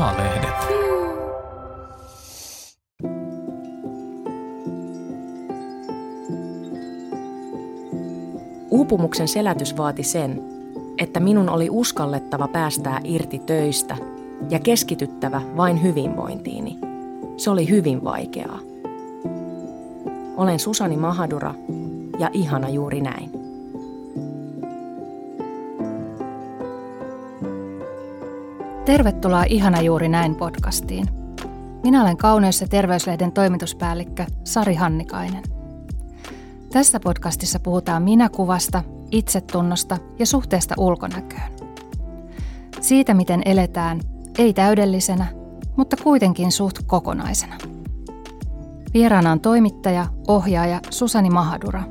Maalehdet. Uupumuksen selätys vaati sen, että minun oli uskallettava päästää irti töistä ja keskityttävä vain hyvinvointiini. Se oli hyvin vaikeaa. Olen Susani Mahadura ja ihana juuri näin. Tervetuloa Ihana juuri näin podcastiin. Minä olen Kauneus- ja terveyslehden toimituspäällikkö Sari Hannikainen. Tässä podcastissa puhutaan minäkuvasta, itsetunnosta ja suhteesta ulkonäköön. Siitä, miten eletään, ei täydellisenä, mutta kuitenkin suht kokonaisena. Vieraana on toimittaja, ohjaaja Susani Mahadura.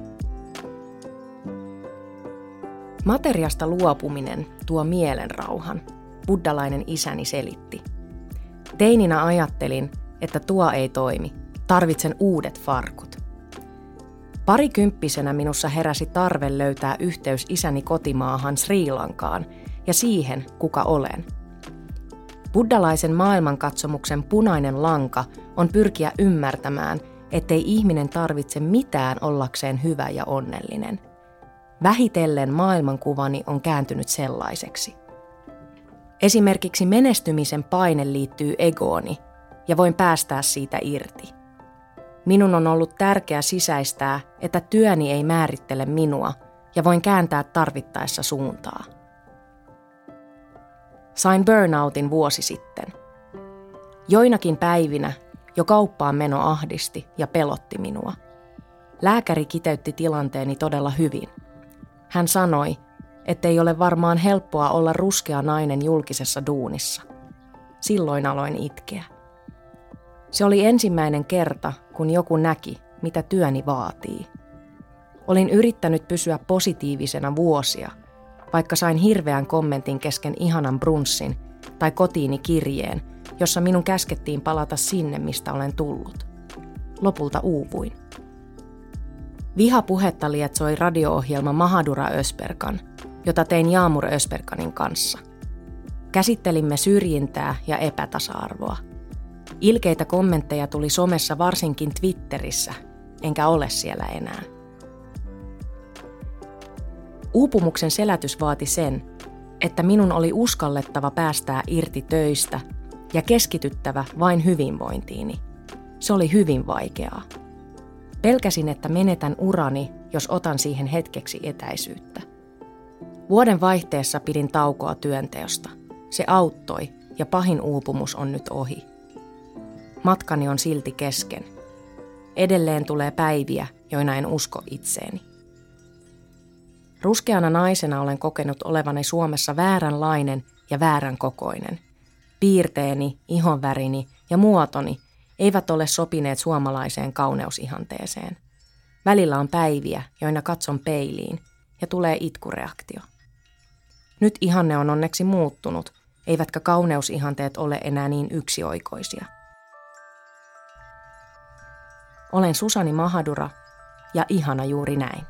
Materiasta luopuminen tuo mielenrauhan, buddhalainen isäni selitti. Teininä ajattelin, että tuo ei toimi, tarvitsen uudet farkut. Parikymppisenä minussa heräsi tarve löytää yhteys isäni kotimaahan Sri Lankaan ja siihen, kuka olen. Buddhalaisen maailmankatsomuksen punainen lanka on pyrkiä ymmärtämään, ettei ihminen tarvitse mitään ollakseen hyvä ja onnellinen. Vähitellen maailmankuvani on kääntynyt sellaiseksi. Esimerkiksi menestymisen paine liittyy egooni ja voin päästää siitä irti. Minun on ollut tärkeää sisäistää, että työni ei määrittele minua ja voin kääntää tarvittaessa suuntaa. Sain burnoutin vuosi sitten. Joinakin päivinä jo kauppaan meno ahdisti ja pelotti minua. Lääkäri kiteytti tilanteeni todella hyvin. Hän sanoi, ettei ole varmaan helppoa olla ruskea nainen julkisessa duunissa. Silloin aloin itkeä. Se oli ensimmäinen kerta, kun joku näki, mitä työni vaatii. Olin yrittänyt pysyä positiivisena vuosia, vaikka sain hirveän kommentin kesken ihanan brunssin tai kotiini kirjeen, jossa minun käskettiin palata sinne, mistä olen tullut. Lopulta uuvuin. Vihapuhetta lietsoi radio-ohjelma Mahadura Özberkan, jota tein Jaamur Özberkanin kanssa. Käsittelimme syrjintää ja epätasa-arvoa. Ilkeitä kommentteja tuli somessa varsinkin Twitterissä, enkä ole siellä enää. Uupumuksen selätys vaati sen, että minun oli uskallettava päästää irti töistä ja keskityttävä vain hyvinvointiini. Se oli hyvin vaikeaa. Pelkäsin, että menetän urani, jos otan siihen hetkeksi etäisyyttä. Vuoden vaihteessa pidin taukoa työnteosta. Se auttoi ja pahin uupumus on nyt ohi. Matkani on silti kesken. Edelleen tulee päiviä, joina en usko itseeni. Ruskeana naisena olen kokenut olevani Suomessa vääränlainen ja väärän kokoinen. Piirteeni, ihonvärini ja muotoni eivät ole sopineet suomalaiseen kauneusihanteeseen. Välillä on päiviä, joina katson peiliin ja tulee itkureaktio. Nyt ihanne on onneksi muuttunut, eivätkä kauneusihanteet ole enää niin yksioikoisia. Olen Susani Mahadura ja ihana juuri näin.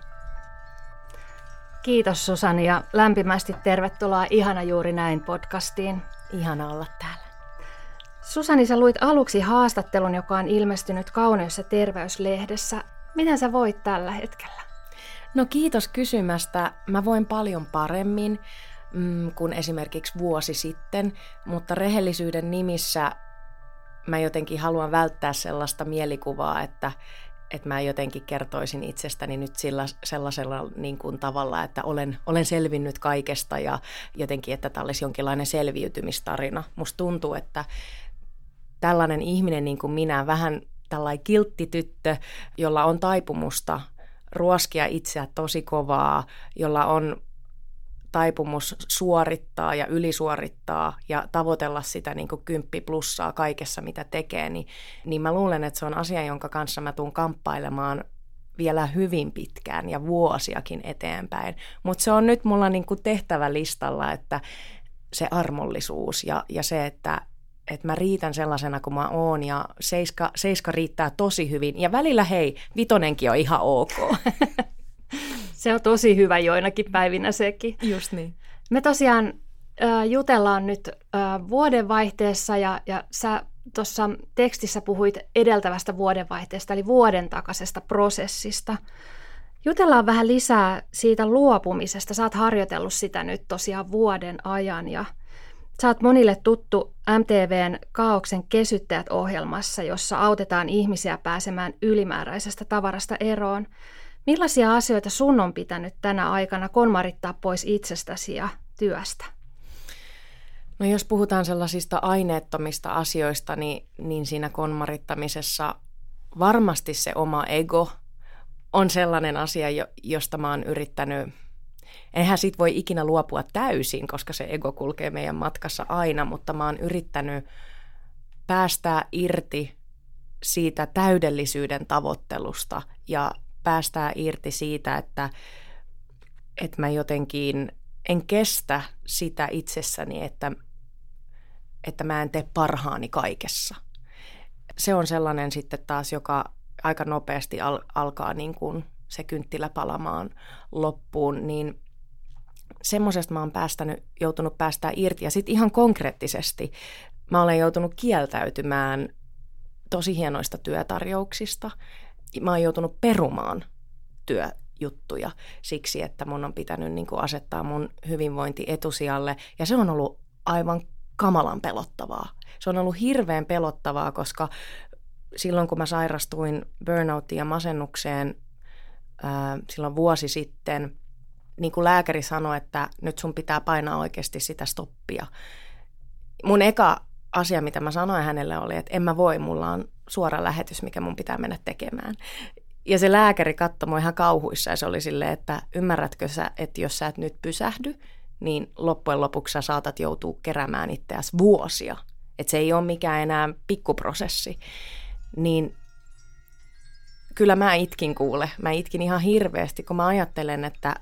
Kiitos Susani ja lämpimästi tervetuloa Ihana juuri näin podcastiin. Ihana olla täällä. Susani, sä luit aluksi haastattelun, joka on ilmestynyt Kauneus- ja terveyslehdessä. Miten sä voit tällä hetkellä? No kiitos kysymästä. Mä voin paljon paremmin kuin esimerkiksi vuosi sitten, mutta rehellisyyden nimissä mä jotenkin haluan välttää sellaista mielikuvaa, että mä jotenkin kertoisin itsestäni nyt sellaisella niin kuin tavalla, että olen selvinnyt kaikesta ja jotenkin, että tämä olisi jonkinlainen selviytymistarina. Musta tuntuu, että tällainen ihminen niin kuin minä, vähän tällainen kilttityttö, jolla on taipumusta ruoskia itseä tosi kovaa, jolla on taipumus suorittaa ja ylisuorittaa ja tavoitella sitä niin kuin 10 plussaa kaikessa, mitä tekee, niin mä luulen, että se on asia, jonka kanssa mä tuun kamppailemaan vielä hyvin pitkään ja vuosiakin eteenpäin. Mutta se on nyt mulla niin kuin tehtävälistalla, että se armollisuus ja se, että mä riitän sellaisena kuin mä oon ja 7 riittää tosi hyvin. Ja välillä 5 on ihan ok. Se on tosi hyvä joinakin päivinä sekin. Just niin. Me tosiaan jutellaan nyt vuodenvaihteessa ja sä tuossa tekstissä puhuit edeltävästä vuodenvaihteesta, eli vuoden takaisesta prosessista. Jutellaan vähän lisää siitä luopumisesta. Sä oot harjoitellut sitä nyt tosiaan vuoden ajan ja sä oot monille tuttu MTV:n Kaaoksen kesyttäjät-ohjelmassa, jossa autetaan ihmisiä pääsemään ylimääräisestä tavarasta eroon. Millaisia asioita sun on pitänyt tänä aikana konmarittaa pois itsestäsi ja työstä? No jos puhutaan sellaisista aineettomista asioista, niin siinä konmarittamisessa varmasti se oma ego on sellainen asia, josta mä oon yrittänyt. Eihän siitä voi ikinä luopua täysin, koska se ego kulkee meidän matkassa aina, mutta mä oon yrittänyt päästää irti siitä täydellisyyden tavoittelusta ja päästää irti siitä, että mä jotenkin en kestä sitä itsessäni, että mä en tee parhaani kaikessa. Se on sellainen sitten taas, joka aika nopeasti alkaa niin kuin se kynttilä palamaan loppuun, niin semmoisesta mä oon joutunut päästää irti. Ja sitten ihan konkreettisesti mä olen joutunut kieltäytymään tosi hienoista työtarjouksista. Mä oon joutunut perumaan työjuttuja siksi, että mun on pitänyt niin kuin asettaa mun hyvinvointi etusijalle. Ja se on ollut aivan kamalan pelottavaa. Se on ollut hirveän pelottavaa, koska silloin kun mä sairastuin burnouttiin ja masennukseen silloin vuosi sitten, niin kuin lääkäri sanoi, että nyt sun pitää painaa oikeasti sitä stoppia. Mun eka asia, mitä mä sanoin hänelle oli, että en mä voi, mulla on suora lähetys, mikä mun pitää mennä tekemään. Ja se lääkäri katsoi mua ihan kauhuissa ja se oli silleen, että ymmärrätkö sä, että jos sä et nyt pysähdy, niin loppujen lopuksi sä saatat joutua keräämään itseäsi vuosia. Että se ei ole mikään enää pikkuprosessi. Niin kyllä mä itkin kuule. Mä itkin ihan hirveästi, kun mä ajattelen, että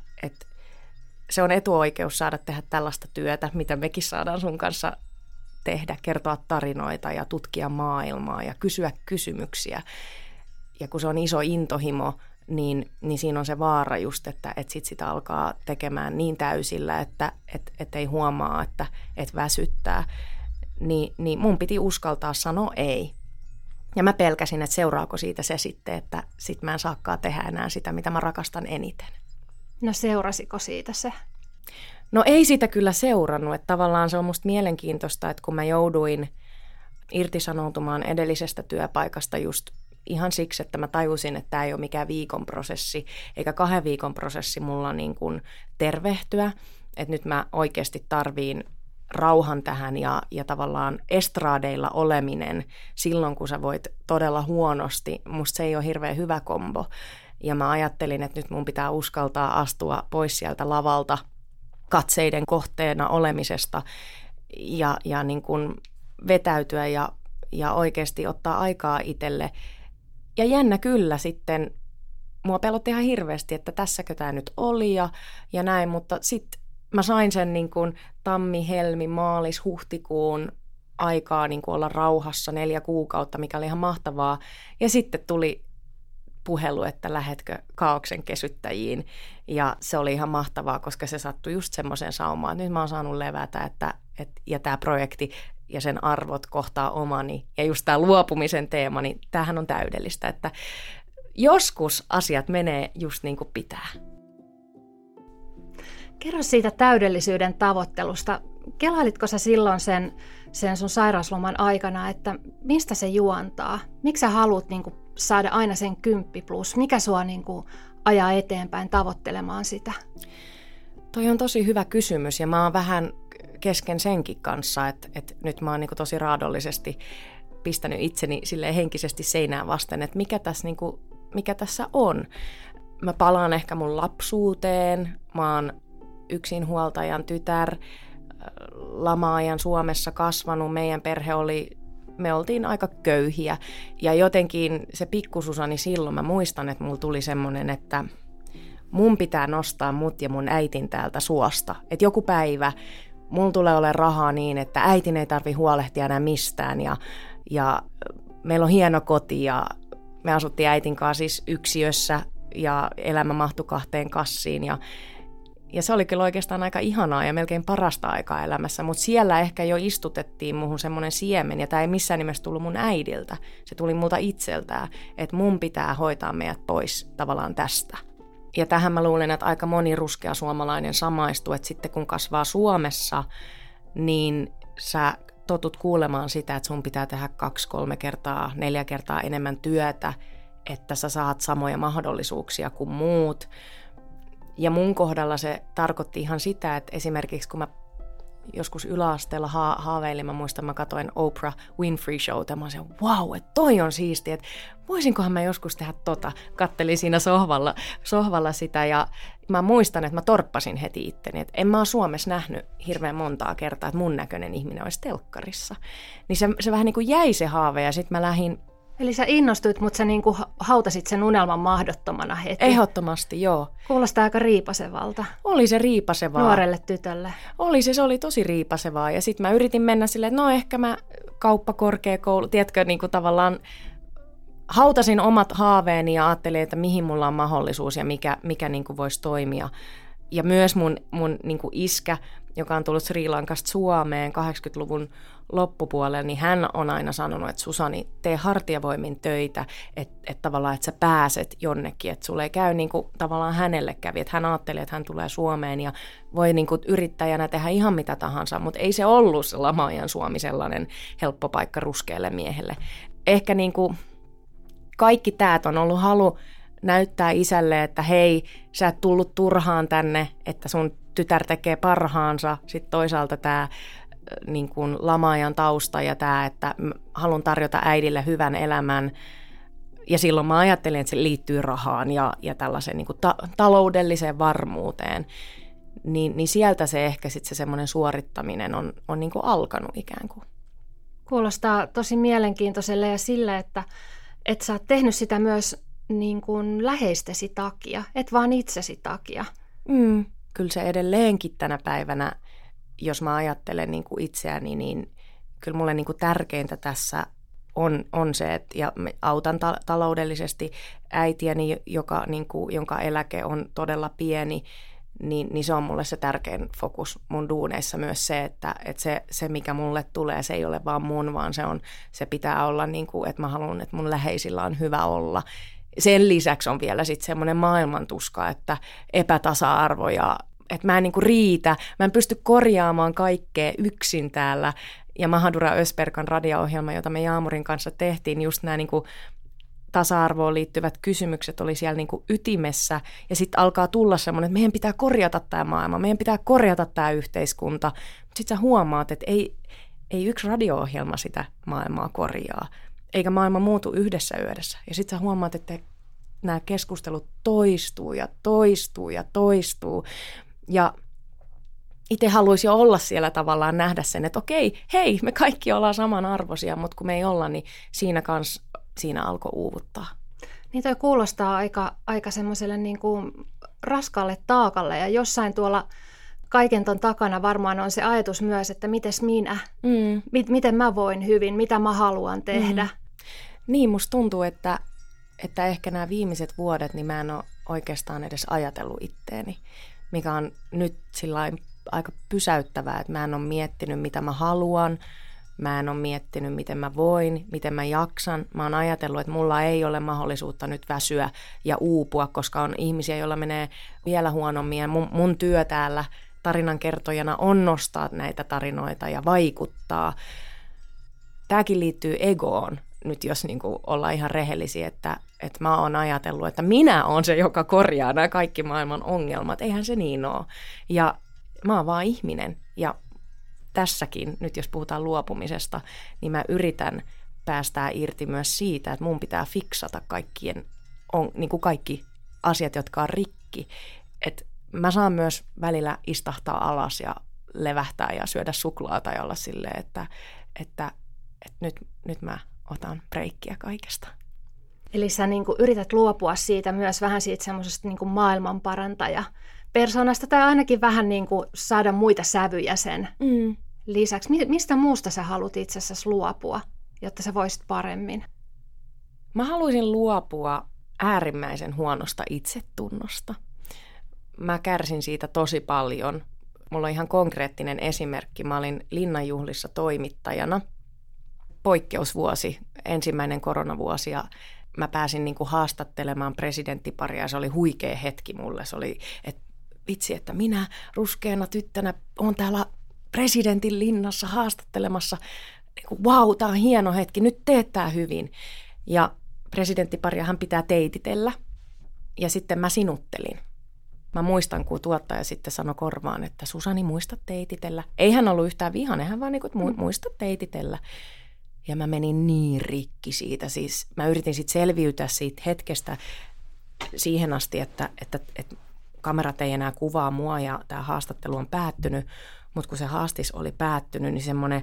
se on etuoikeus saada tehdä tällaista työtä, mitä mekin saadaan sun kanssa tehdä, kertoa tarinoita ja tutkia maailmaa ja kysyä kysymyksiä. Ja kun se on iso intohimo, niin siinä on se vaara just, että sit sitä alkaa tekemään niin täysillä, että ei huomaa, että väsyttää. Niin mun piti uskaltaa sanoa ei. Ja mä pelkäsin, että seuraako siitä se sitten, että sit mä en saakaan tehdä enää sitä, mitä mä rakastan eniten. No seurasiko siitä se? No ei siitä kyllä seurannut, että tavallaan se on musta mielenkiintoista, että kun mä jouduin irtisanoutumaan edellisestä työpaikasta just ihan siksi, että mä tajusin, että tämä ei ole mikään viikon prosessi, eikä 2 viikon prosessi mulla niin kuin tervehtyä, että nyt mä oikeasti tarviin rauhan tähän ja tavallaan estraadeilla oleminen silloin, kun sä voit todella huonosti, musta se ei ole hirveän hyvä kombo. Ja mä ajattelin, että nyt mun pitää uskaltaa astua pois sieltä lavalta katseiden kohteena olemisesta ja niin kuin vetäytyä ja oikeasti ottaa aikaa itselle. Ja jännä kyllä sitten, mua pelotti ihan hirveästi, että tässäkö tämä nyt oli ja näin, mutta sitten mä sain sen niin kuin tammi, helmi, maalis, huhtikuun aikaa niin kuin olla rauhassa 4 kuukautta, mikä oli ihan mahtavaa. Ja sitten tuli puhelu, että lähetkö Kaaoksen kesyttäjiin. Ja se oli ihan mahtavaa, koska se sattui just semmoiseen saumaan, että nyt mä oon saanut levätä, ja tämä projekti ja sen arvot kohtaa omani. Ja just tämä luopumisen teema, niin tämähän on täydellistä, että joskus asiat menee just niin kuin pitää. Kerro siitä täydellisyyden tavoittelusta. Kelailitko sä silloin sen sun sairausloman aikana, että mistä se juontaa? Miksi sä haluat niin kuin saada aina sen 10+? Mikä sua niin kuin ajaa eteenpäin tavoittelemaan sitä? Toi on tosi hyvä kysymys ja mä oon vähän kesken senkin kanssa, että nyt mä oon niin kuin tosi raadollisesti pistänyt itseni silleen henkisesti seinään vasten, että mikä tässä on. Mä palaan ehkä mun lapsuuteen, mä oon yksinhuoltajan tytär, lama-ajan Suomessa kasvanut, meidän perhe me oltiin aika köyhiä ja jotenkin se pikkususani silloin mä muistan, että mulla tuli semmoinen, että mun pitää nostaa mut ja mun äitin täältä suosta. Että joku päivä mulla tulee olemaan rahaa niin, että äitin ei tarvi huolehtia enää mistään ja meillä on hieno koti ja me asuttiin äitin kanssa siis yksiössä ja elämä mahtui 2 kassiin Ja se oli kyllä oikeastaan aika ihanaa ja melkein parasta aikaa elämässä, mutta siellä ehkä jo istutettiin muhun semmoinen siemen, ja tämä ei missään nimessä tullut mun äidiltä. Se tuli multa itseltään, että mun pitää hoitaa meidät pois tavallaan tästä. Ja tähän mä luulen, että aika moni ruskea suomalainen samaistuu, että sitten kun kasvaa Suomessa, niin sä totut kuulemaan sitä, että sun pitää tehdä 2, 3 kertaa, 4 kertaa enemmän työtä, että sä saat samoja mahdollisuuksia kuin muut. Ja mun kohdalla se tarkoitti ihan sitä, että esimerkiksi kun mä joskus yläasteella haaveilin, mä muistan, mä katsoin Oprah Winfrey Showta, mä olisin, wow, että toi on siistiä, että voisinkohan mä joskus tehdä tota. Kattelin siinä sohvalla sitä, ja mä muistan, että mä torppasin heti itteni, että en mä ole Suomessa nähnyt hirveän montaa kertaa, että mun näköinen ihminen olisi telkkarissa. Niin se vähän niin kuin jäi se haave, ja sitten mä lähdin. Eli sä innostuit, mutta sä niinku hautasit sen unelman mahdottomana heti. Ehdottomasti, joo. Kuulostaa aika riipasevalta. Oli se riipasevaa. Nuorelle tytölle. Se oli tosi riipasevaa. Ja sitten mä yritin mennä silleen, että no ehkä mä kauppakorkeakoulu, tiedätkö, niin kuin tavallaan hautasin omat haaveeni ja ajattelin, että mihin mulla on mahdollisuus ja mikä niin kuin voisi toimia. Ja myös mun niin kuin iskä, joka on tullut Sri Lankasta Suomeen 80-luvun loppupuolella, niin hän on aina sanonut, että Susani, tee hartiavoimin töitä, että tavallaan, että sä pääset jonnekin, että sulle ei käy niin kuin tavallaan hänelle kävi, että hän ajatteli, että hän tulee Suomeen ja voi niin kuin yrittäjänä tehdä ihan mitä tahansa, mutta ei se ollut se lama-ajan Suomi sellainen helppo paikka ruskealle miehelle. Ehkä niin kuin kaikki täät on ollut halu näyttää isälle, että hei, sä et tullut turhaan tänne, että sun tytär tekee parhaansa. Sitten toisaalta tämä niin kuin lama-ajan tausta ja tämä, että haluan tarjota äidille hyvän elämän. Ja silloin mä ajattelin, että se liittyy rahaan ja tällaiseen niin kuin taloudelliseen varmuuteen. Niin sieltä se ehkä sitten se semmoinen suorittaminen on niin kuin alkanut ikään kuin. Kuulostaa tosi mielenkiintoiselle ja sille, että sä oot tehnyt sitä myös niin kuin läheistesi takia, et vaan itsesi takia. Kyllä se edelleenkin tänä päivänä, jos mä ajattelen niin kuin itseäni, niin kyllä mulle niin kuin tärkeintä tässä on se, että ja autan taloudellisesti äitiäni, jonka eläke on todella pieni, niin se on mulle se tärkein fokus mun duuneissa myös se, että se mikä mulle tulee, se ei ole vaan mun, vaan se pitää olla niin kuin, että mä haluan, että mun läheisillä on hyvä olla. Sen lisäksi on vielä sitten semmoinen maailmantuska, että epätasa-arvo ja että mä en niinku riitä, mä en pysty korjaamaan kaikkea yksin täällä. Ja Mahadura Özbergan radio-ohjelma, jota me Jaamurin kanssa tehtiin, just nämä niinku tasa-arvoon liittyvät kysymykset oli siellä niinku ytimessä. Ja sitten alkaa tulla semmoinen, että meidän pitää korjata tämä maailma, meidän pitää korjata tämä yhteiskunta. Sitten sä huomaat, että ei yksi radio-ohjelma sitä maailmaa korjaa. Eikä maailma muutu yhdessä yössä. Ja sitten sä huomaat, että nämä keskustelut toistuu ja toistuu ja toistuu. Ja itse haluaisi jo olla siellä tavallaan nähdä sen, että okei, hei, me kaikki ollaan samanarvoisia, mutta kun me ei olla, niin siinä alkoi uuvuttaa. Niin toi kuulostaa aika semmoiselle niin kuin raskaalle taakalle ja jossain tuolla kaiken ton takana varmaan on se ajatus myös, että mites minä, miten mä voin hyvin, mitä mä haluan tehdä. Niin, musta tuntuu, että ehkä nämä viimeiset vuodet, niin mä en ole oikeastaan edes ajatellut itteeni, mikä on nyt sillain aika pysäyttävää, että mä en ole miettinyt, mitä mä haluan, mä en ole miettinyt, miten mä voin, miten mä jaksan. Mä oon ajatellut, että mulla ei ole mahdollisuutta nyt väsyä ja uupua, koska on ihmisiä, joilla menee vielä huonommin. Ja mun työ täällä tarinankertojana on nostaa näitä tarinoita ja vaikuttaa. Tämäkin liittyy egoon, nyt jos niin kuin ollaan ihan rehellisiä, että mä oon ajatellut, että minä oon se, joka korjaa nämä kaikki maailman ongelmat. Eihän se niin ole. Ja mä oon vaan ihminen ja tässäkin, nyt jos puhutaan luopumisesta, niin mä yritän päästää irti myös siitä, että mun pitää fiksata niin kuin kaikki asiat, jotka on rikki. Että mä saan myös välillä istahtaa alas ja levähtää ja syödä suklaata ja olla silleen, että nyt mä otan breikkiä kaikesta. Eli sä niin kuin yrität luopua siitä myös vähän siitä semmoisesta niin kuin maailmanparantaja persoonasta tai ainakin vähän niin kuin saada muita sävyjä sen lisäksi. Mistä muusta sä haluat itse asiassa luopua, jotta sä voisit paremmin? Mä haluaisin luopua äärimmäisen huonosta itsetunnosta. mä kärsin siitä tosi paljon. Mulla on ihan konkreettinen esimerkki. Mä olin Linnanjuhlissa toimittajana. Poikkeusvuosi, ensimmäinen koronavuosi, ja mä pääsin niin kuin haastattelemaan presidenttiparia, ja se oli huikea hetki mulle. Se oli, että vitsi, että minä ruskeana tyttönä olen täällä presidentin linnassa haastattelemassa. Vau, tää on hieno hetki, nyt teet tää hyvin. Ja presidenttiparia hän pitää teititellä, ja sitten mä sinuttelin. Mä muistan, kun tuottaja sitten sanoi korvaan, että Susani, muista teititellä. Ei hän ollut yhtään vihainen, hän vaan niin kuin, että muista teititellä. Ja mä menin niin rikki siitä. Siis mä yritin sitten selviytyä siitä hetkestä siihen asti, että kamerat ei enää kuvaa mua ja tämä haastattelu on päättynyt. Mutta kun se haastis oli päättynyt, niin semmoinen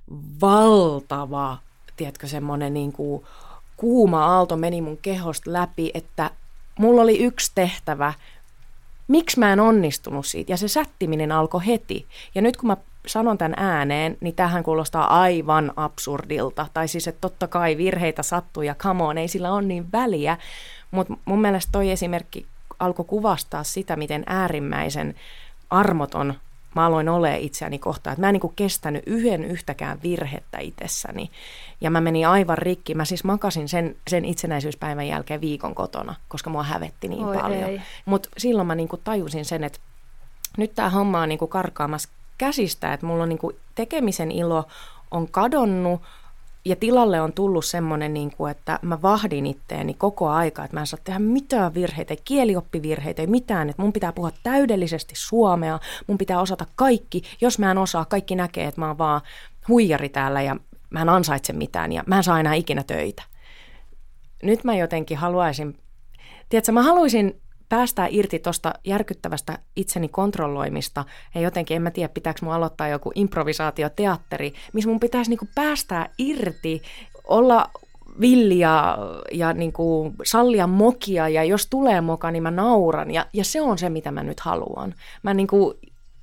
valtava, tiedätkö, semmoinen niin kuin kuuma aalto meni mun kehosta läpi, että mulla oli yksi tehtävä. Miksi mä en onnistunut siitä? Ja se sättiminen alkoi heti. Ja nyt kun mä sanon tämän ääneen, niin tämähän kuulostaa aivan absurdilta. Tai siis, että totta kai virheitä sattuu ja come on, ei sillä ole niin väliä. Mutta mun mielestä toi esimerkki alkoi kuvastaa sitä, miten äärimmäisen armoton mä aloin olemaan itseäni kohtaan. Että mä en niin kuin kestänyt yhtäkään virhettä itsessäni. Ja mä menin aivan rikki. Mä siis makasin sen itsenäisyyspäivän jälkeen viikon kotona, koska mua hävetti niin paljon. Mutta silloin mä niin kuin tajusin sen, että nyt tää homma on niin kuin karkaamassa käsistä, että mulla on niin kuin tekemisen ilo on kadonnut ja tilalle on tullut semmoinen, niin kuin, että mä vahdin itteeni koko aika, että mä en saa tehdä mitään virheitä, kielioppivirheitä, ei mitään, että mun pitää puhua täydellisesti suomea, mun pitää osata kaikki, jos mä en osaa, kaikki näkee, että mä oon vaan huijari täällä ja mä en ansaitse mitään ja mä en saa enää ikinä töitä. Nyt mä jotenkin haluaisin, tiedätkö, mä haluaisin päästää irti tuosta järkyttävästä itseni kontrolloimista ja jotenkin, en mä tiedä, pitääkö mun aloittaa joku improvisaatioteatteri, missä mun pitäisi niinku päästää irti, olla villi ja niinku sallia mokia ja jos tulee moka, niin mä nauran ja se on se, mitä mä nyt haluan. Mä niinku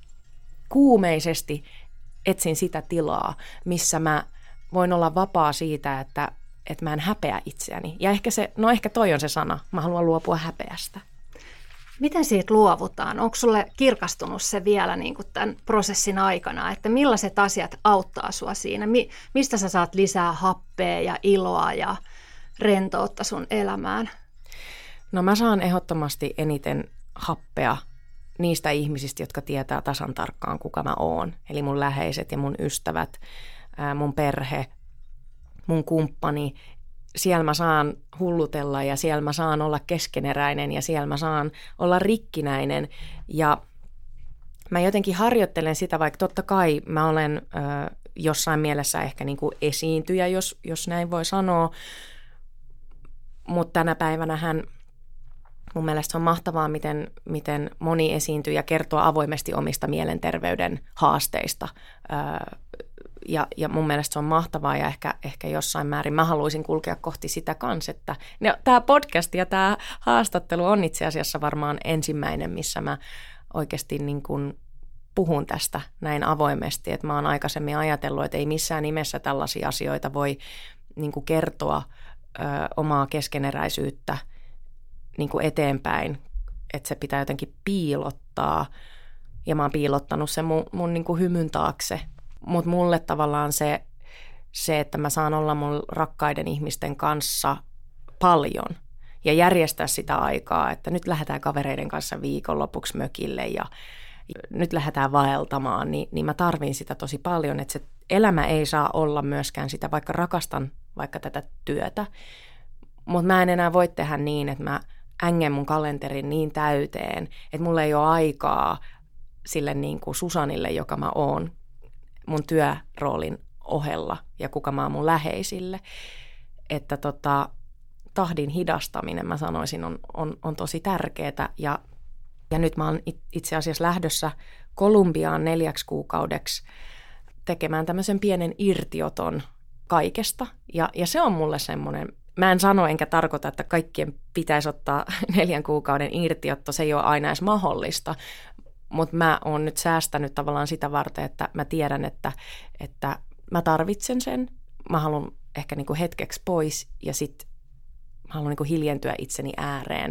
kuumeisesti etsin sitä tilaa, missä mä voin olla vapaa siitä, että mä en häpeä itseäni. Ja ehkä toi on se sana, mä haluan luopua häpeästä. Miten siitä luovutaan? Onko sulle kirkastunut se vielä niin kuin tämän prosessin aikana, että millaiset asiat auttaa sua siinä? Mistä sä saat lisää happea ja iloa ja rentoutta sun elämään? No mä saan ehdottomasti eniten happea niistä ihmisistä, jotka tietää tasan tarkkaan, kuka mä oon. Eli mun läheiset ja mun ystävät, mun perhe, mun kumppani. Siellä mä saan hullutella ja siellä mä saan olla keskeneräinen ja siellä mä saan olla rikkinäinen. Ja mä jotenkin harjoittelen sitä, vaikka totta kai mä olen jossain mielessä ehkä niin kuin esiintyjä, jos näin voi sanoa. Mutta tänä päivänähän mun mielestä se on mahtavaa, miten moni esiintyjä kertoo avoimesti omista mielenterveyden haasteista. Ja mun mielestä se on mahtavaa ja ehkä jossain määrin mä haluaisin kulkea kohti sitä kanssa, että tämä podcast ja tämä haastattelu on itse asiassa varmaan ensimmäinen, missä mä oikeasti niin kuin puhun tästä näin avoimesti, että mä oon aikaisemmin ajatellut, että ei missään nimessä tällaisia asioita voi niin kuin kertoa omaa keskeneräisyyttä niin kuin eteenpäin, että se pitää jotenkin piilottaa ja mä oon piilottanut sen mun niin kuin hymyn taakse. Mutta mulle tavallaan se, että mä saan olla mun rakkaiden ihmisten kanssa paljon ja järjestää sitä aikaa, että nyt lähdetään kavereiden kanssa viikonlopuksi mökille ja nyt lähdetään vaeltamaan, niin mä tarvin sitä tosi paljon, että se elämä ei saa olla myöskään sitä, vaikka rakastan vaikka tätä työtä, mutta mä en enää voi tehdä niin, että mä ängen mun kalenterin niin täyteen, että mulla ei ole aikaa sille niin kuin Susanille, joka mä oon, mun työroolin ohella ja kuka mä oon mun läheisille, että tahdin hidastaminen, mä sanoisin, on tosi tärkeää ja nyt mä oon itse asiassa lähdössä Kolumbiaan 4 kuukaudeksi tekemään tämmöisen pienen irtioton kaikesta ja se on mulle semmoinen, mä en sano enkä tarkoita, että kaikkien pitäisi ottaa 4 kuukauden irtiotto, se ei ole aina edes mahdollista. Mutta mä oon nyt säästänyt tavallaan sitä varten, että mä tiedän, että mä tarvitsen sen. Mä haluan ehkä niinku hetkeksi pois ja sitten mä haluan niinku hiljentyä itseni ääreen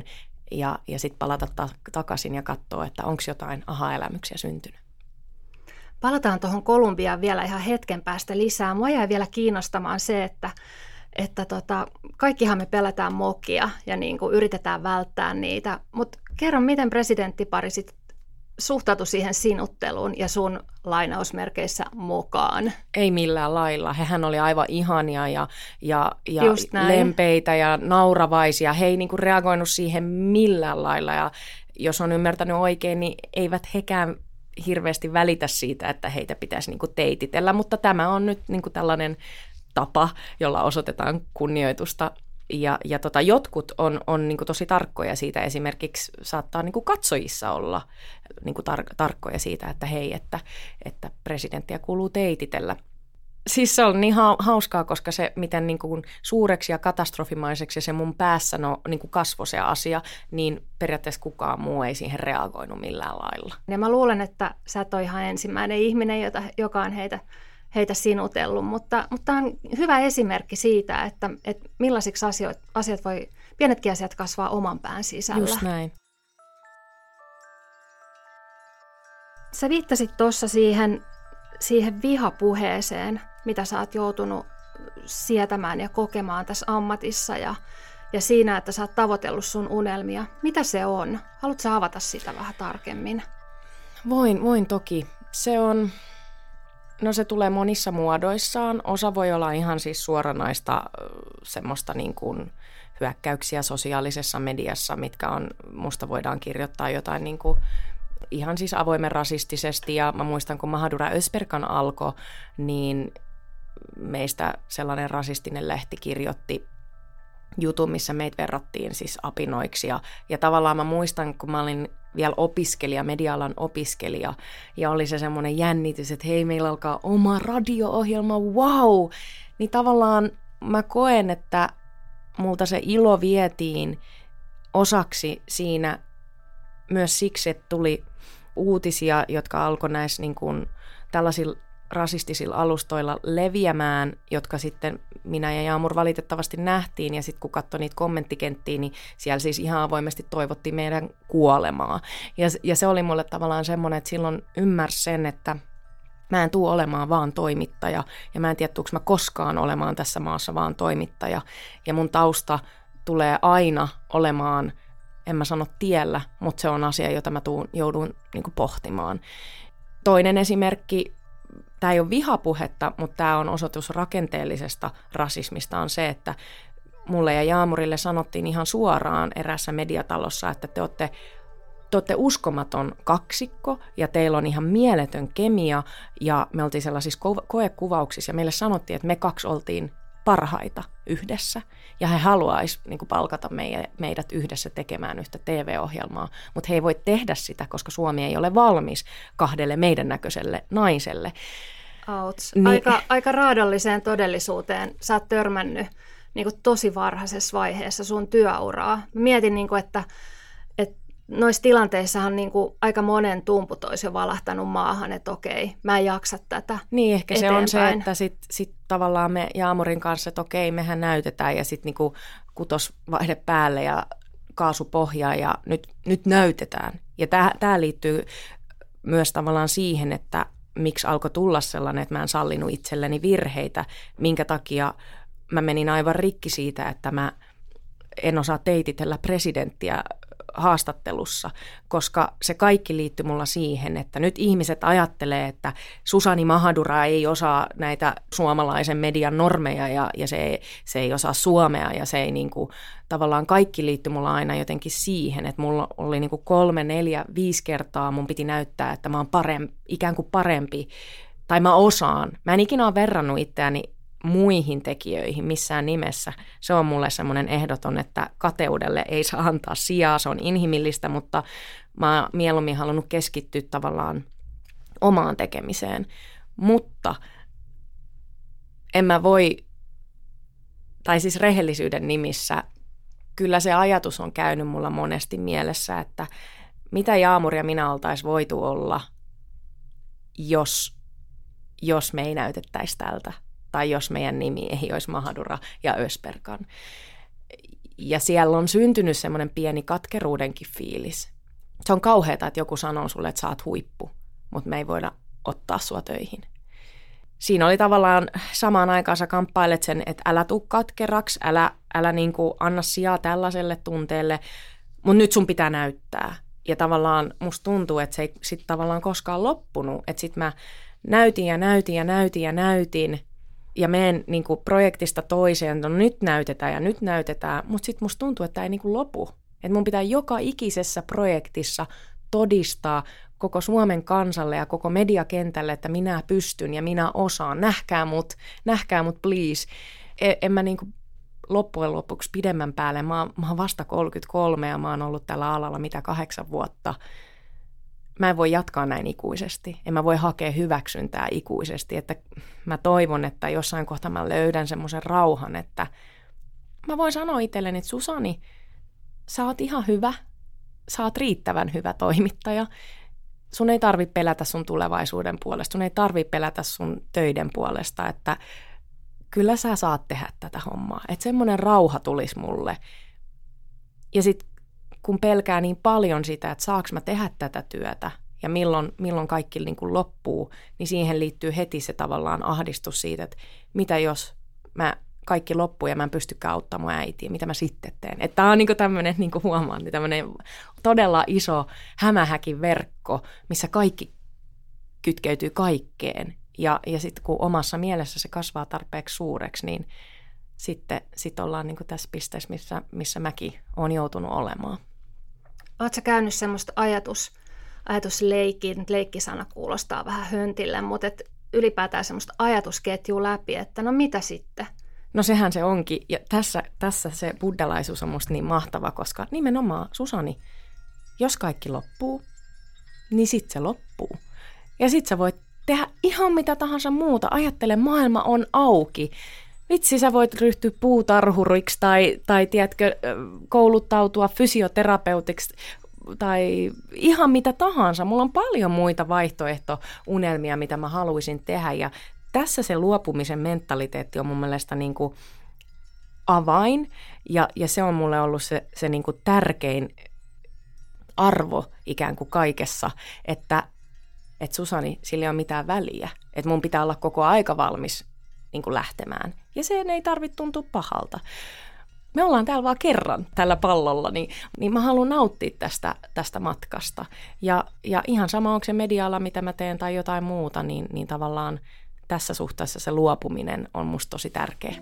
ja sitten palata takaisin ja katsoa, että onko jotain aha-elämyksiä syntynyt. Palataan tuohon Kolumbiaan vielä ihan hetken päästä lisää. Mua jäi vielä kiinnostamaan se, että kaikkihan me pelätään mokia ja niin kuin yritetään välttää niitä, mutta kerro, miten presidenttipari sit suhtautui siihen sinutteluun ja sun lainausmerkeissä mokaan? Ei millään lailla. Hehän oli aivan ihania ja lempeitä ja nauravaisia. He ei niin kuin reagoinut siihen millään lailla ja jos on ymmärtänyt oikein, niin eivät hekään hirveästi välitä siitä, että heitä pitäisi niin kuin teititellä, mutta tämä on nyt niin kuin tällainen tapa, jolla osoitetaan kunnioitusta. Ja jotkut on niin kuin tosi tarkkoja siitä, esimerkiksi saattaa niin kuin katsojissa olla niin kuin tarkkoja siitä, että hei, että presidenttiä kuuluu teititellä. Siis se on niin hauskaa, koska se, miten niin kuin suureksi ja katastrofimaiseksi se mun päässä niin kuin kasvoi se asia, niin periaatteessa kukaan muu ei siihen reagoinut millään lailla. Ja mä luulen, että sä et ole ihan ensimmäinen ihminen, joka on heitä sinutellut, mutta on hyvä esimerkki siitä, että millaisiksi asiat voi, pienetkin asiat kasvaa oman pään sisällä. Just näin. Sä viittasit tuossa siihen vihapuheeseen, mitä sä oot joutunut sietämään ja kokemaan tässä ammatissa ja siinä, että sä oot tavoitellut sun unelmia. Mitä se on? Haluatko sä avata sitä vähän tarkemmin? Voin toki. Se tulee monissa muodoissaan. Osa voi olla ihan siis suoranaista semmoista niin kuin hyökkäyksiä sosiaalisessa mediassa, mitkä musta voidaan kirjoittaa jotain niin kuin ihan siis avoimen rasistisesti. Ja mä muistan, kun Mahadura Özberkan alkoi, niin meistä sellainen rasistinen lehti kirjoitti jutun, missä meitä verrattiin siis apinoiksi. Ja tavallaan mä muistan, kun mä olin vielä opiskelija, media-alan opiskelija, ja oli se semmoinen jännitys, että hei, meillä alkaa oma radio-ohjelma, wow! Niin tavallaan mä koen, että multa se ilo vietiin osaksi siinä myös siksi, että tuli uutisia, jotka alkoi näissä niin kuin tällaisilla rasistisilla alustoilla leviämään, jotka sitten minä ja Jaamur valitettavasti nähtiin, ja sitten kun katsoi niitä kommenttikenttiä, niin siellä siis ihan avoimesti toivottiin meidän kuolemaa. Ja se oli mulle tavallaan semmoinen, että silloin ymmärsi sen, että mä en tule olemaan vaan toimittaja, ja mä en tiedä, tuuks mä koskaan olemaan tässä maassa vaan toimittaja, ja mun tausta tulee aina olemaan, en mä sano tiellä, mutta se on asia, jota mä joudun niin kuin pohtimaan. Toinen esimerkki, tämä ei ole vihapuhetta, mutta tämä on osoitus rakenteellisesta rasismista, on se, että mulle ja Jaamurille sanottiin ihan suoraan eräässä mediatalossa, että te olette uskomaton kaksikko ja teillä on ihan mieletön kemia, ja me oltiin sellaisissa koekuvauksissa ja meille sanottiin, että me kaksi oltiin parhaita yhdessä ja he haluaisivat niin kuin palkata meidät yhdessä tekemään yhtä TV-ohjelmaa, mutta he ei voi tehdä sitä, koska Suomi ei ole valmis kahdelle meidän näköiselle naiselle. Outs. Aika raadolliseen todellisuuteen sä oot törmännyt niin kuin tosi varhaisessa vaiheessa sun työuraa. Mä mietin, niin kuin, että noissa tilanteissahan niin kuin aika monen tumput olisi jo valahtanut maahan, että okei, mä en jaksa tätä. Niin, ehkä eteenpäin. Se on se, että sit tavallaan me Jaamurin kanssa, että okei, mehän näytetään ja sitten niinku kutosvaihde päälle ja kaasu pohjaan ja nyt näytetään. Ja tämä liittyy myös tavallaan siihen, että miksi alkoi tulla sellainen, että mä en sallinut itselleni virheitä, minkä takia mä menin aivan rikki siitä, että mä en osaa teititellä presidenttiä haastattelussa, koska se kaikki liittyy mulla siihen, että nyt ihmiset ajattelee, että Susani Mahadura ei osaa näitä suomalaisen median normeja ja se ei osaa suomea ja se ei niinku, tavallaan kaikki liittyy mulla aina jotenkin siihen, että mulla oli niinku 3, 4, 5 kertaa mun piti näyttää, että mä oon ikään kuin parempi tai mä osaan. Mä en ikinä ole verrannut itseäni muihin tekijöihin missään nimessä. Se on mulle semmoinen ehdoton, että kateudelle ei saa antaa sijaa, se on inhimillistä, mutta mä oon mieluummin halunnut keskittyä tavallaan omaan tekemiseen. Mutta en mä voi, tai siis rehellisyyden nimissä, kyllä se ajatus on käynyt mulla monesti mielessä, että mitä Jaamur ja minä oltaisiin voitu olla, jos me ei näytettäisi tältä. Tai jos meidän nimi ei olisi Mahadura ja Özberkan. Ja siellä on syntynyt semmoinen pieni katkeruudenkin fiilis. Se on kauheata, että joku sanoo sulle, että sä oot huippu, mutta me ei voida ottaa sua töihin. Siinä oli tavallaan samaan aikaan sä kamppailet sen, että älä tuu katkeraksi, älä niin kuin anna sijaa tällaiselle tunteelle, mutta nyt sun pitää näyttää. Ja tavallaan musta tuntuu, että se ei sitten tavallaan koskaan loppunut, että sitten mä näytin ja menen niin kuin projektista toiseen, no nyt näytetään, mutta sitten musta tuntuu, että tämä ei niin kuin lopu. Että mun pitää joka ikisessä projektissa todistaa koko Suomen kansalle ja koko mediakentälle, että minä pystyn ja minä osaan. Nähkää mut please. En mä niinku loppujen lopuksi pidemmän päälle. Mä oon vasta 33 ja mä oon ollut tällä alalla 8 vuotta. Mä en voi jatkaa näin ikuisesti. En mä voi hakea hyväksyntää ikuisesti. Että mä toivon, että jossain kohtaa mä löydän semmoisen rauhan, että mä voin sanoa itselleni, että Susani, sä oot ihan hyvä. Sä oot riittävän hyvä toimittaja. Sun ei tarvitse pelätä sun tulevaisuuden puolesta, sun ei tarvitse pelätä sun töiden puolesta, että kyllä sä saat tehdä tätä hommaa. Että semmoinen rauha tulisi mulle. Ja sitten kun pelkää niin paljon sitä, että saaks mä tehdä tätä työtä ja milloin kaikki niin kuin loppuu, niin siihen liittyy heti se tavallaan ahdistus siitä, että mitä jos kaikki loppuu ja mä en pystykään auttamaan äitiä, mitä mä sitten teen. Että tää on niinku tämmöinen, niin kuin huomaan, tämmöinen todella iso hämähäkin verkko, missä kaikki kytkeytyy kaikkeen. Ja sitten kun omassa mielessä se kasvaa tarpeeksi suureksi, niin sitten ollaan niinku tässä pisteessä, missä mäkin olen joutunut olemaan. Oletko sä käynyt semmoista leikkisana kuulostaa vähän höntille, mutta ylipäätään semmoista ajatusketjua läpi, että no mitä sitten? No sehän se onkin, ja tässä se buddhalaisuus on musta niin mahtava, koska nimenomaan, Susani, jos kaikki loppuu, niin sit se loppuu. Ja sit sä voit tehdä ihan mitä tahansa muuta. Ajattele, maailma on auki. Vitsi, sä voit ryhtyä puutarhuriksi tai tiedätkö, kouluttautua fysioterapeutiksi tai ihan mitä tahansa. Mulla on paljon muita vaihtoehtounelmia, mitä mä haluaisin tehdä, ja tässä se luopumisen mentaliteetti on mun mielestä niin kuin avain, ja se on mulle ollut se niin kuin tärkein arvo ikään kuin kaikessa, että Susani, sillä ei ole mitään väliä, että mun pitää olla koko aika valmis niin kuin lähtemään, ja se ei tarvitse tuntua pahalta. Me ollaan täällä vaan kerran tällä pallolla, niin mä haluan nauttia tästä matkasta, ja ihan sama onko se media-ala, mitä mä teen tai jotain muuta, niin tavallaan tässä suhteessa se luopuminen on musta tosi tärkeä.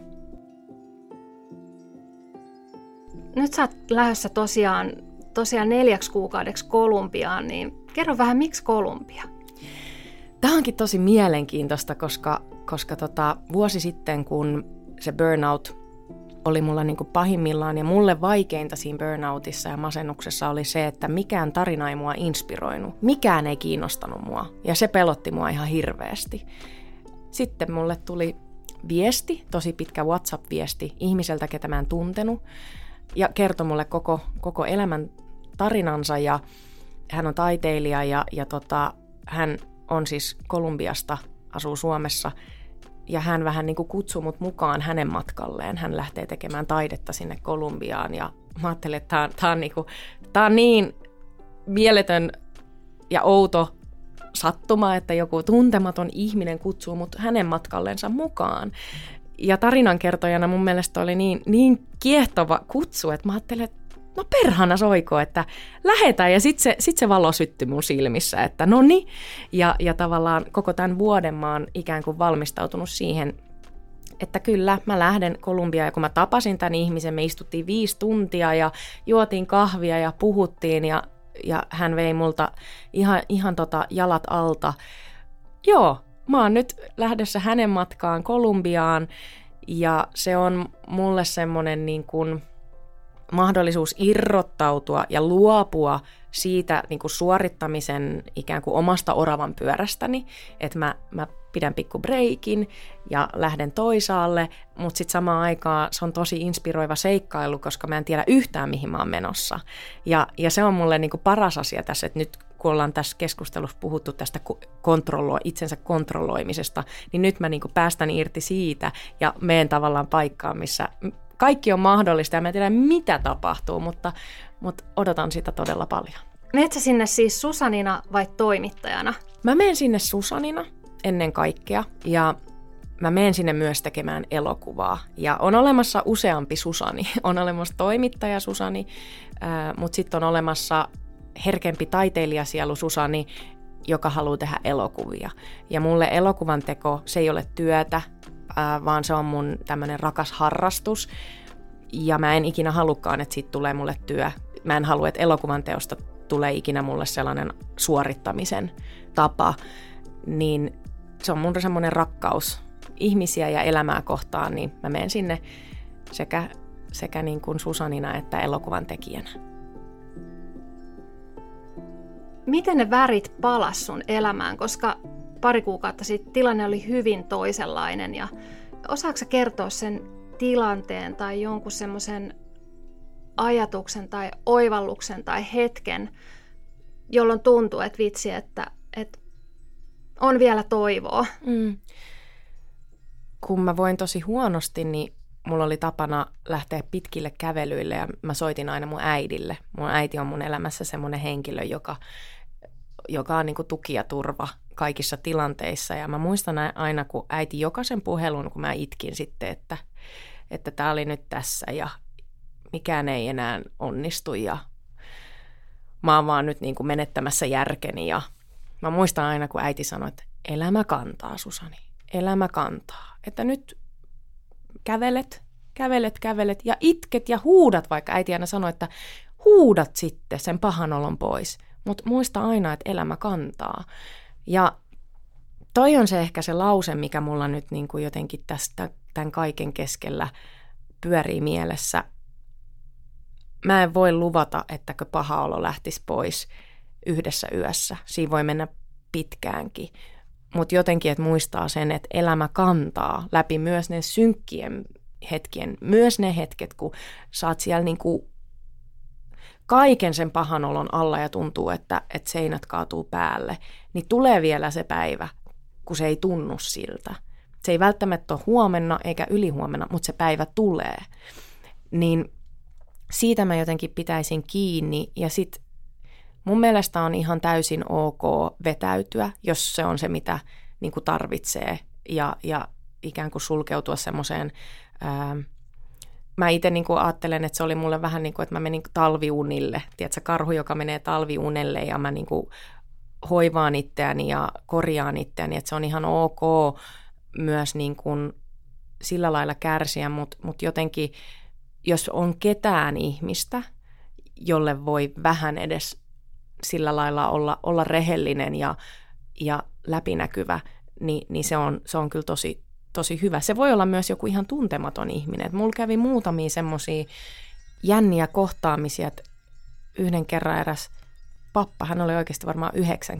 Nyt sä oot lähdössä tosiaan 4 kuukaudeksi Kolumbiaan, niin kerro vähän, miksi Kolumbia? Tämä onkin tosi mielenkiintoista, koska vuosi sitten, kun se burnout oli mulla niin kuin pahimmillaan, ja mulle vaikeinta siinä burnoutissa ja masennuksessa oli se, että mikään tarina ei mua inspiroinut. Mikään ei kiinnostanut mua, ja se pelotti mua ihan hirveästi. Sitten mulle tuli viesti, tosi pitkä WhatsApp-viesti ihmiseltä, ketä mä en tuntenut, ja kertoi mulle koko elämän tarinansa, ja hän on taiteilija, ja hän on siis Kolumbiasta, asuu Suomessa, ja hän vähän niin kuin kutsui mut mukaan hänen matkalleen. Hän lähtee tekemään taidetta sinne Kolumbiaan, ja mä ajattelin, että tää on niin mieletön ja outo sattuma, että joku tuntematon ihminen kutsuu mut hänen matkallensa mukaan. Ja tarinankertojana mun mielestä oli niin kiehtova kutsu, että mä ajattelin, että no perhana soiko, että lähetään. Ja sit se valo syttyi mun silmissä, että noni. Ja tavallaan koko tämän vuoden mä oon ikään kuin valmistautunut siihen, että kyllä mä lähden Kolumbiaan. Ja kun mä tapasin tämän ihmisen, me istuttiin 5 tuntia ja juotiin kahvia ja puhuttiin ja hän vei multa ihan jalat alta. Joo, mä oon nyt lähdössä hänen matkaan Kolumbiaan, ja se on mulle semmoinen niin kuin mahdollisuus irrottautua ja luopua siitä niin kuin suorittamisen ikään kuin omasta oravan pyörästäni, että mä pidän pikku breikin ja lähden toisaalle, mutta sitten samaan aikaan se on tosi inspiroiva seikkailu, koska mä en tiedä yhtään, mihin mä oon menossa. Ja se on mulle niin kuin paras asia tässä, että nyt kun ollaan tässä keskustelussa puhuttu tästä itsensä kontrolloimisesta, niin nyt mä niin kuin päästän irti siitä ja menen tavallaan paikkaan, missä kaikki on mahdollista ja mä en tiedä mitä tapahtuu, mutta odotan sitä todella paljon. Menet sä sinne siis Susanina vai toimittajana? Mä menen sinne Susanina ennen kaikkea ja mä menen sinne myös tekemään elokuvaa. Ja on olemassa useampi Susani. On olemassa toimittaja Susani, mutta sitten on olemassa herkempi taiteilijasielu Susani, joka haluaa tehdä elokuvia. Ja mulle elokuvan teko, se ei ole työtä, vaan se on mun tämmöinen rakas harrastus. Ja mä en ikinä halukkaan, että siitä tulee mulle työ. Mä en halua, että elokuvan teosta tulee ikinä mulle sellainen suorittamisen tapa. Niin se on mun semmoinen rakkaus ihmisiä ja elämää kohtaan, niin mä menen sinne sekä niin kuin Susanina että elokuvan tekijänä. Miten ne värit palas sun elämään, koska pari kuukautta sitten tilanne oli hyvin toisenlainen ja osaatko sä kertoa sen tilanteen tai jonkun semmoisen ajatuksen tai oivalluksen tai hetken, jolloin tuntuu, että vitsi, että on vielä toivoa. Kun mä voin tosi huonosti, niin mulla oli tapana lähteä pitkille kävelyille ja mä soitin aina mun äidille. Mun äiti on mun elämässä semmoinen henkilö, joka on niin kuin tuki ja turva kaikissa tilanteissa. Ja mä muistan aina, kun äiti jokaisen puhelun, kun mä itkin sitten, että tää oli nyt tässä ja mikään ei enää onnistu ja mä oon vaan nyt niin kuin menettämässä järkeni. Ja mä muistan aina, kun äiti sanoi, että elämä kantaa, Susani, elämä kantaa. Että nyt kävelet ja itket ja huudat, vaikka äiti aina sanoi, että huudat sitten sen pahan olon pois. Mutta muista aina, että elämä kantaa. Ja toi on se ehkä se lause, mikä mulla nyt niin kuin jotenkin tästä tämän kaiken keskellä pyörii mielessä. Mä en voi luvata, ettäkö paha olo lähtisi pois yhdessä yössä. Siinä voi mennä pitkäänkin. Mutta jotenkin, että muistaa sen, että elämä kantaa läpi myös ne synkkien hetkien, myös ne hetket, kun sä oot siellä niinku kaiken sen pahan olon alla ja tuntuu, että seinät kaatuu päälle, niin tulee vielä se päivä, kun se ei tunnu siltä. Se ei välttämättä ole huomenna eikä ylihuomenna, mutta se päivä tulee. Niin siitä mä jotenkin pitäisin kiinni ja sit mun mielestä on ihan täysin ok vetäytyä, jos se on se, mitä niin kuin tarvitsee ja ikään kuin sulkeutua semmoiseen. Mä itse niin kuin ajattelen, että se oli mulle vähän niin kuin, että mä menin talviunille. Tiedätkö, karhu, joka menee talviunelle ja mä niin kuin hoivaan itseäni ja korjaan itseäni, että se on ihan ok myös niin kuin sillä lailla kärsiä, mutta jotenkin, jos on ketään ihmistä, jolle voi vähän edes sillä lailla olla rehellinen ja läpinäkyvä, niin se on kyllä tosi hyvä. Se voi olla myös joku ihan tuntematon ihminen. Et mulla kävi muutamia semmoisia jänniä kohtaamisia, että yhden kerran eräs pappa, hän oli oikeasti varmaan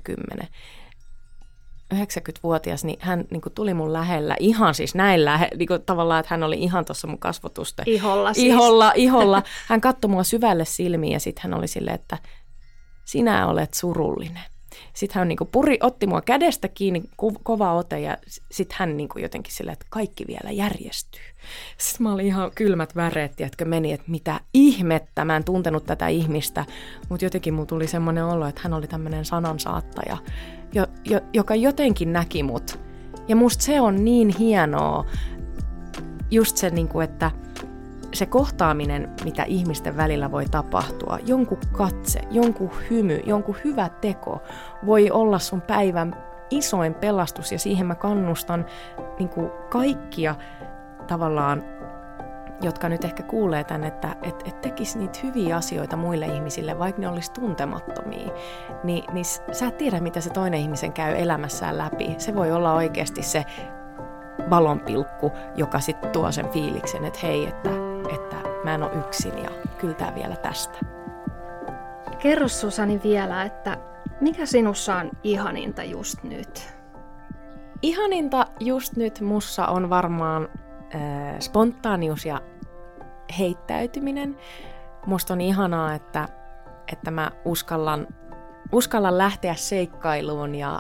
90-vuotias, niin hän niin kuin tuli mun lähellä, ihan siis näin niin kuin tavallaan, että hän oli ihan tuossa mun kasvotusten. Iholla siis. Iholla. Hän katsoi mua syvälle silmiin ja sitten hän oli silleen, että sinä olet surullinen. Sitten hän niin kuin otti mua kädestä kiinni, kova ote ja sitten hän niin kuin jotenkin silleen, että kaikki vielä järjestyy. Sitten mä olin ihan kylmät väreet, jotka meni, että mitä ihmettä, mä en tuntenut tätä ihmistä, mutta jotenkin mulla tuli semmoinen olo, että hän oli tämmöinen sanansaattaja, joka jotenkin näki mut. Ja musta se on niin hienoa, just se, niin kuin, että se kohtaaminen, mitä ihmisten välillä voi tapahtua, jonkun katse, jonkun hymy, jonkun hyvä teko voi olla sun päivän isoin pelastus ja siihen mä kannustan niin kuin kaikkia tavallaan, jotka nyt ehkä kuulee tämän, että tekisi niitä hyviä asioita muille ihmisille, vaikka ne olisi tuntemattomia, niin sä et tiedä, mitä se toinen ihmisen käy elämässään läpi. Se voi olla oikeasti se valonpilkku, joka sitten tuo sen fiiliksen, että hei, että mä en ole yksin ja kyllä tää vielä tästä. Kerro Susani vielä, että mikä sinussa on ihaninta just nyt? Ihaninta just nyt mussa on varmaan spontaanius ja heittäytyminen. Musta on ihanaa, että mä uskallan lähteä seikkailuun ja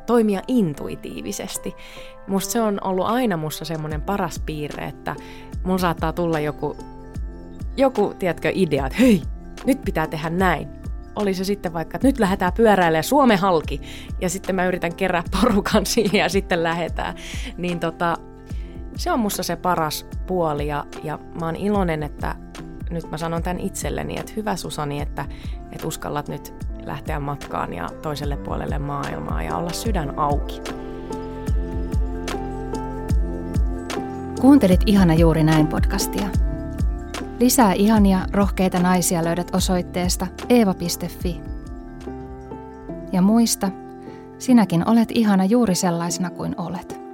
toimia intuitiivisesti. Musta se on ollut aina musta semmoinen paras piirre, että mun saattaa tulla joku tiedätkö, idea, että hei, nyt pitää tehdä näin. Oli se sitten vaikka, että nyt lähdetään pyöräilemään Suomen halki, ja sitten mä yritän kerää porukan siihen ja sitten lähdetään. Niin se on musta se paras puoli, ja mä oon iloinen, että nyt mä sanon tämän itselleni, että hyvä Susani, että uskallat nyt lähteä matkaan ja toiselle puolelle maailmaa ja olla sydän auki. Kuuntelit Ihana juuri näin -podcastia. Lisää ihania, rohkeita naisia löydät osoitteesta eeva.fi. Ja muista, sinäkin olet ihana juuri sellaisena kuin olet.